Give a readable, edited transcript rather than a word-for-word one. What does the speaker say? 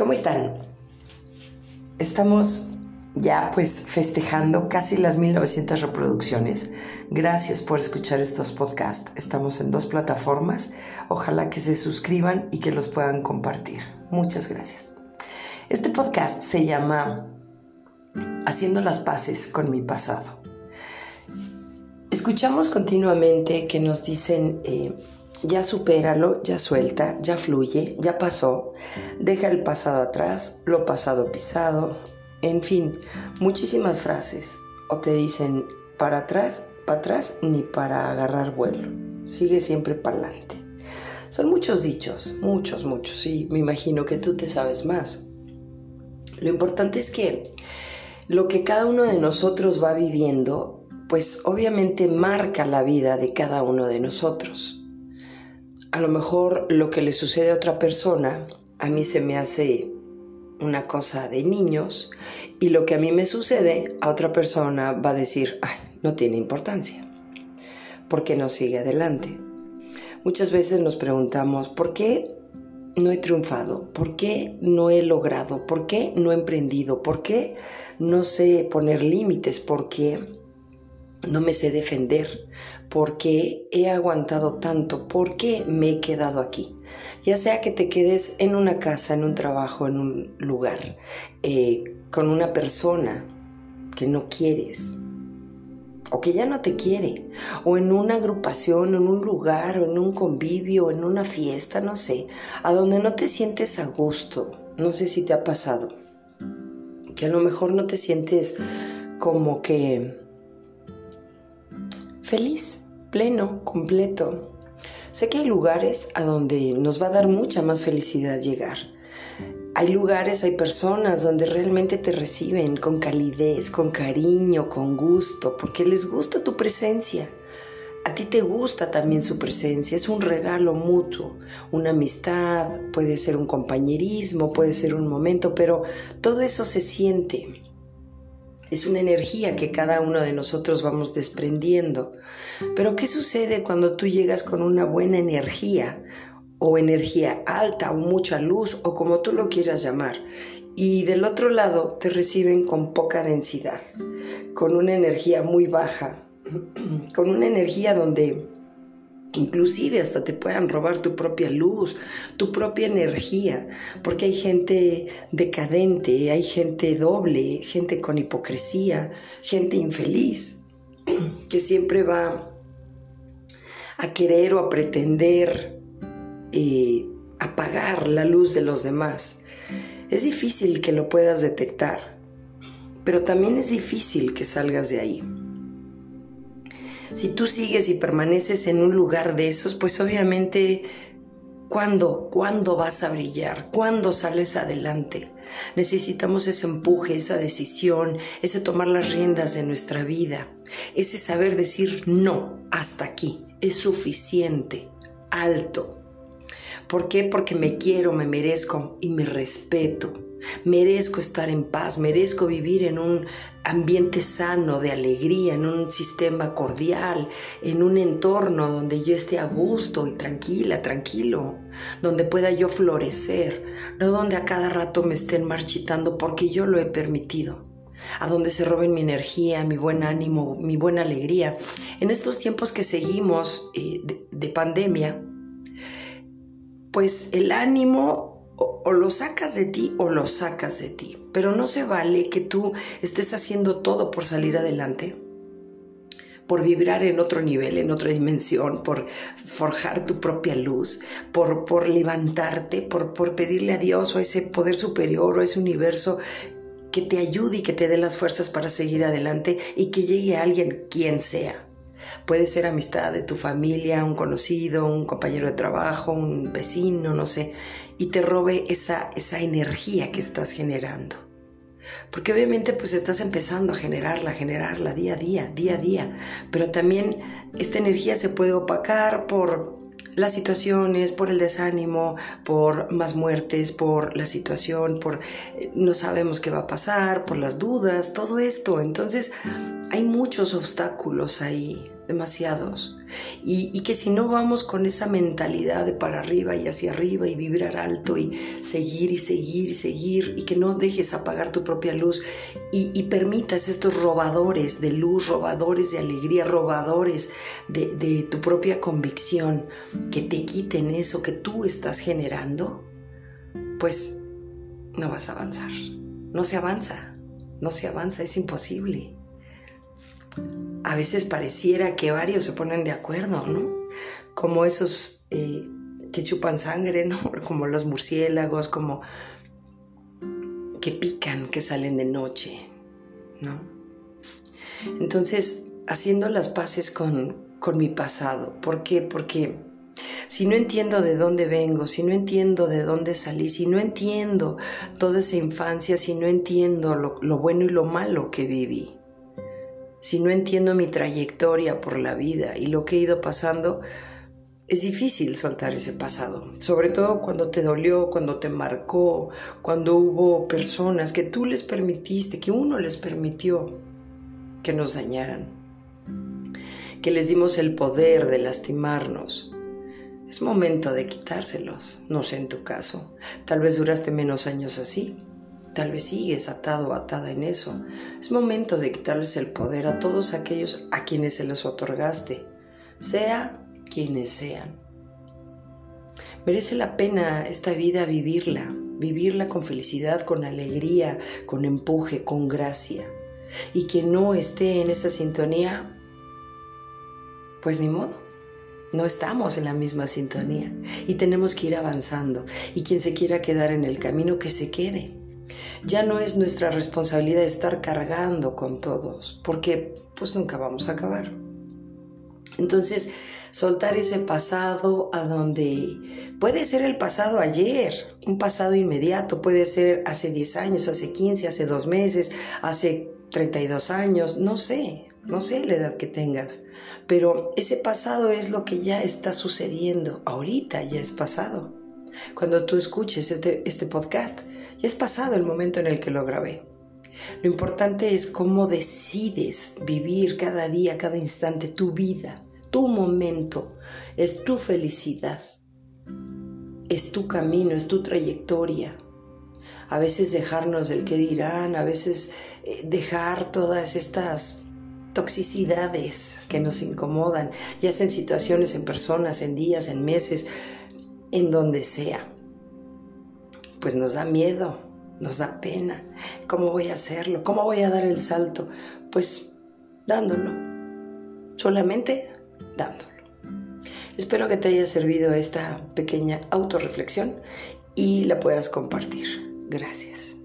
¿Cómo están? Estamos ya pues festejando casi las 1900 reproducciones. Gracias por escuchar estos podcasts. Estamos en 2 plataformas. Ojalá que se suscriban y que los puedan compartir. Muchas gracias. Este podcast se llama Haciendo las paces con mi pasado. Escuchamos continuamente que nos dicen ya supéralo, ya suelta, ya fluye, ya pasó, deja el pasado atrás, lo pasado pisado, en fin, muchísimas frases. O te dicen para atrás, ni para agarrar vuelo, sigue siempre para adelante. Son muchos dichos, muchos, y me imagino que tú te sabes más. Lo importante es que lo que cada uno de nosotros va viviendo, pues obviamente marca la vida de cada uno de nosotros. A lo mejor lo que le sucede a otra persona, a mí se me hace una cosa de niños, y lo que a mí me sucede, a otra persona va a decir, ay, no tiene importancia. ¿Por qué no sigue adelante? Muchas veces nos preguntamos, ¿por qué no he triunfado? ¿Por qué no he logrado? ¿Por qué no he emprendido? ¿Por qué no sé poner límites? ¿Por qué no me sé defender? ¿Por qué he aguantado tanto? ¿Por qué me he quedado aquí? Ya sea que te quedes en una casa, en un trabajo, en un lugar, con una persona que no quieres, o que ya no te quiere, o en una agrupación, en un lugar, o en un convivio, o en una fiesta, no sé, a donde no te sientes a gusto. No sé si te ha pasado, que a lo mejor no te sientes como que feliz, pleno, completo. Sé que hay lugares a donde nos va a dar mucha más felicidad llegar. Hay lugares, hay personas donde realmente te reciben con calidez, con cariño, con gusto, porque les gusta tu presencia. A ti te gusta también su presencia, es un regalo mutuo, una amistad, puede ser un compañerismo, puede ser un momento, pero todo eso se siente. Es una energía que cada uno de nosotros vamos desprendiendo. Pero ¿qué sucede cuando tú llegas con una buena energía, o energía alta, o mucha luz, o como tú lo quieras llamar, y del otro lado te reciben con poca densidad, con una energía muy baja, con una energía donde inclusive hasta te puedan robar tu propia luz, tu propia energía, porque hay gente decadente, hay gente doble, gente con hipocresía, gente infeliz, que siempre va a querer o a pretender apagar la luz de los demás. Es difícil que lo puedas detectar, pero también es difícil que salgas de ahí. Si tú sigues y permaneces en un lugar de esos, pues obviamente, ¿cuándo vas a brillar? ¿Cuándo sales adelante? Necesitamos ese empuje, esa decisión, ese tomar las riendas de nuestra vida, ese saber decir no, hasta aquí, es suficiente, alto. ¿Por qué? Porque me quiero, me merezco y me respeto. Merezco estar en paz, merezco vivir en un ambiente sano de alegría, en un sistema cordial, en un entorno donde yo esté a gusto y tranquilo, donde pueda yo florecer, no donde a cada rato me estén marchitando porque yo lo he permitido, a donde se roben mi energía, mi buen ánimo, mi buena alegría. En estos tiempos que seguimos de pandemia, pues el ánimo o lo sacas de ti o lo sacas de ti, pero no se vale que tú estés haciendo todo por salir adelante, por vibrar en otro nivel, en otra dimensión, por forjar tu propia luz, por levantarte, por pedirle a Dios o a ese poder superior o a ese universo que te ayude y que te dé las fuerzas para seguir adelante y que llegue a alguien, quien sea. Puede ser amistad de tu familia, un conocido, un compañero de trabajo, un vecino, no sé, y te robe esa energía que estás generando. Porque obviamente pues estás empezando a generarla día a día, pero también esta energía se puede opacar por las situaciones, por el desánimo, por más muertes, por la situación, por no sabemos qué va a pasar, por las dudas, todo esto. Entonces hay muchos obstáculos ahí demasiados. Y que si no vamos con esa mentalidad de para arriba y hacia arriba y vibrar alto y seguir y seguir y seguir, y que no dejes apagar tu propia luz y permitas estos robadores de luz, robadores de alegría, robadores de tu propia convicción, que te quiten eso que tú estás generando, pues no vas a avanzar. No se avanza, es imposible. A veces pareciera que varios se ponen de acuerdo, ¿no? Como esos que chupan sangre, ¿no? Como los murciélagos, como que pican, que salen de noche, ¿no? Entonces, haciendo las paces con mi pasado. ¿Por qué? Porque si no entiendo de dónde vengo, si no entiendo de dónde salí, si no entiendo toda esa infancia, si no entiendo lo bueno y lo malo que viví, si no entiendo mi trayectoria por la vida y lo que he ido pasando, es difícil soltar ese pasado. Sobre todo cuando te dolió, cuando te marcó, cuando hubo personas que tú les permitiste, que uno les permitió que nos dañaran, que les dimos el poder de lastimarnos. Es momento de quitárselos. No sé en tu caso. Tal vez duraste menos años así. Tal vez sigues atado o atada en eso. Es momento de quitarles el poder a todos aquellos a quienes se los otorgaste, sea quienes sean. Merece la pena esta vida vivirla con felicidad, con alegría, con empuje, con gracia. Y quien no esté en esa sintonía, pues ni modo. No estamos en la misma sintonía y tenemos que ir avanzando. Y quien se quiera quedar en el camino, que se quede. Ya no es nuestra responsabilidad estar cargando con todos, porque pues nunca vamos a acabar. Entonces, soltar ese pasado a donde puede ser el pasado ayer, un pasado inmediato, puede ser hace 10 años, hace 15, hace 2 meses, hace 32 años, no sé la edad que tengas, pero ese pasado es lo que ya está sucediendo, ahorita ya es pasado. Cuando tú escuches este podcast, ya es pasado el momento en el que lo grabé. Lo importante es cómo decides vivir cada día, cada instante, tu vida, tu momento, es tu felicidad, es tu camino, es tu trayectoria. A veces dejarnos del qué dirán, a veces dejar todas estas toxicidades que nos incomodan, ya sea en situaciones, en personas, en días, en meses, en donde sea. Pues nos da miedo, nos da pena. ¿Cómo voy a hacerlo? ¿Cómo voy a dar el salto? Pues dándolo, solamente dándolo. Espero que te haya servido esta pequeña autorreflexión y la puedas compartir. Gracias.